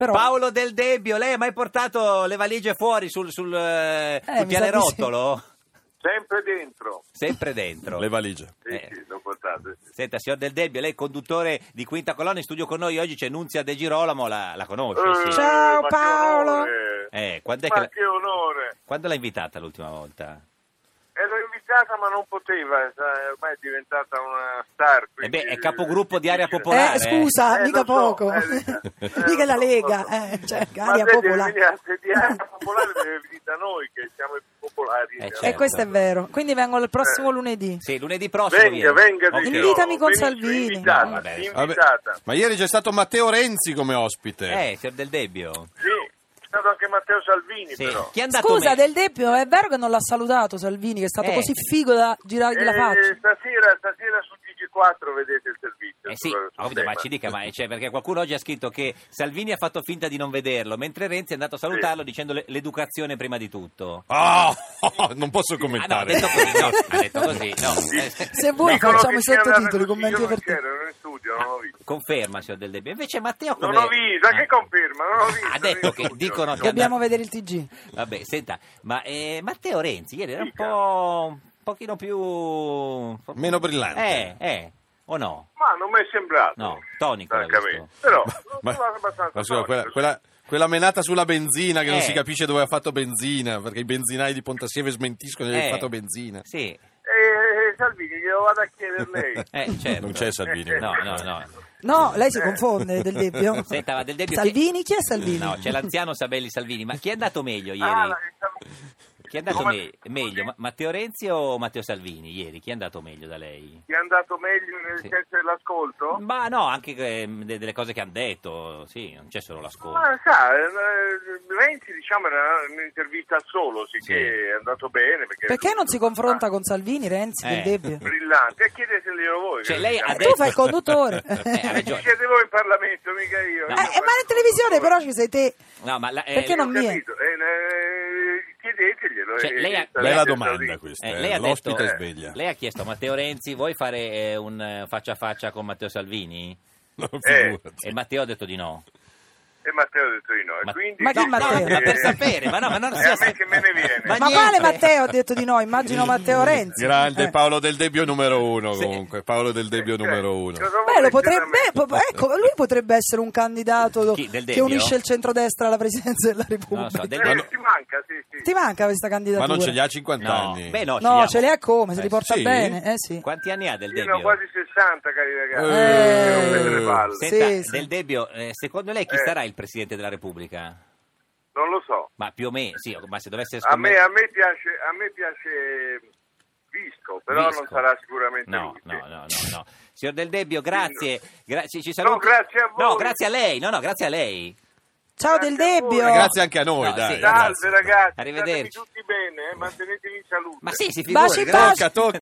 Però... Paolo Del Debbio, lei ha mai portato le valigie fuori sul pianerottolo? Sempre dentro. Le valigie. Sì, l'ho portate. Senta, signor Del Debbio, lei è conduttore di Quinta Colonna, in studio con noi oggi c'è Nunzia De Girolamo, la conosce? Sì. Ciao Paolo! Quando è che onore! Quando l'ha invitata l'ultima volta? Ero invitata ma non poteva, ormai è diventata una star. Quindi... è capogruppo di Area Popolare. Scusa, mica poco. Mica la Lega, cioè, Area Popolare. Di Area Popolare deve venire da noi che siamo i più popolari. Certo. E questo è vero, quindi vengo il prossimo lunedì. Sì, lunedì prossimo. Venga. Invitami con Salvini. Invitata. Ma ieri c'è stato Matteo Renzi come ospite. Signor Del Debbio. Sì. È stato anche Matteo Salvini, però. Chi è andato Scusa, Del Debbio, è vero che non l'ha salutato Salvini, che è stato così figo da girargli la faccia? Stasera su TG4 vedete il servizio. Sì, ovvio, ma ci dica, perché qualcuno oggi ha scritto che Salvini ha fatto finta di non vederlo, mentre Renzi è andato a salutarlo dicendo l'educazione prima di tutto. Non posso commentare. Ha detto così, no. Se vuoi facciamo i sottotitoli, commenti per te. Ero in studio, non ho visto. Conferma, signor Del Debbio. Invece Matteo come... Non ho visto, che conferma? Non ho visto. Ha detto che dicono che dobbiamo vedere il TG. Vabbè, senta, ma Matteo Renzi ieri era un pochino più... meno brillante. O no? Ma non mi è sembrato. No, tonico. Però, ma scusa, quella menata sulla benzina che non si capisce dove ha fatto benzina, perché i benzinai di Pontassieve smentiscono di aver fatto benzina. Sì. Salvini, glielo vado a chiedere lei. Certo. Non c'è Salvini. No. No, lei si confonde, Del Debbio. Senta, Del Debbio. Salvini? Chi è Salvini? No, c'è l'anziano Sabelli Salvini. Ma chi è andato meglio ieri? Chi è andato meglio? Matteo Renzi o Matteo Salvini ieri? Chi è andato meglio da lei? Chi è andato meglio nel senso dell'ascolto? Ma no, anche delle cose che hanno detto, sì, non c'è solo l'ascolto. Ma Renzi era un'intervista al Solo, che è andato bene. Perché non si confronta con Salvini, Renzi, Del Debbio? Brillante, chiedetelo voi. Cioè, lei ha Tu fai il conduttore. Ha ragione. Siete voi in Parlamento, mica io. Ma in televisione però ci sei te. No, ma perché non mia? Chiedeteglielo. Bella domanda questa. Lei ha l'ospite detto, sveglia. Lei ha chiesto a Matteo Renzi: vuoi fare un faccia a faccia con Matteo Salvini? No, figurati. E Matteo ha detto di no. E Matteo ha detto di no. E quindi ma chi Matteo? Ma per sapere, ma non sia... a me che me ne viene. Ma quale Matteo ha detto di no? Immagino Matteo Renzi. Grande Paolo Del Debbio numero 1 comunque. Paolo Del Debbio numero 1. Lo potrebbe, lui potrebbe essere un candidato che unisce il centrodestra alla presidenza della Repubblica. Ti manca, sì. Ti manca questa candidatura? Ma non ce li ha 50 anni? Beh, no, ce li ha come? Se li porta bene? Sì. Quanti anni ha Del Debbio? Io ne ho quasi 60, cari ragazzi. Senta, Del Debbio, secondo lei chi sarà il Presidente della Repubblica? Non lo so. Ma più o meno, sì, ma se dovesse a me piace Visco, però non sarà sicuramente no. Signor Del Debbio, grazie. Ci saluti. No, grazie a voi. No, grazie a lei. Grazie a lei. Ciao Del Debbio. Grazie anche a noi, dai. Salve ragazzi. Arrivederci. Statemi tutti bene, mantenetevi in salute. Ma sì, si figuri. Baci. Tocca.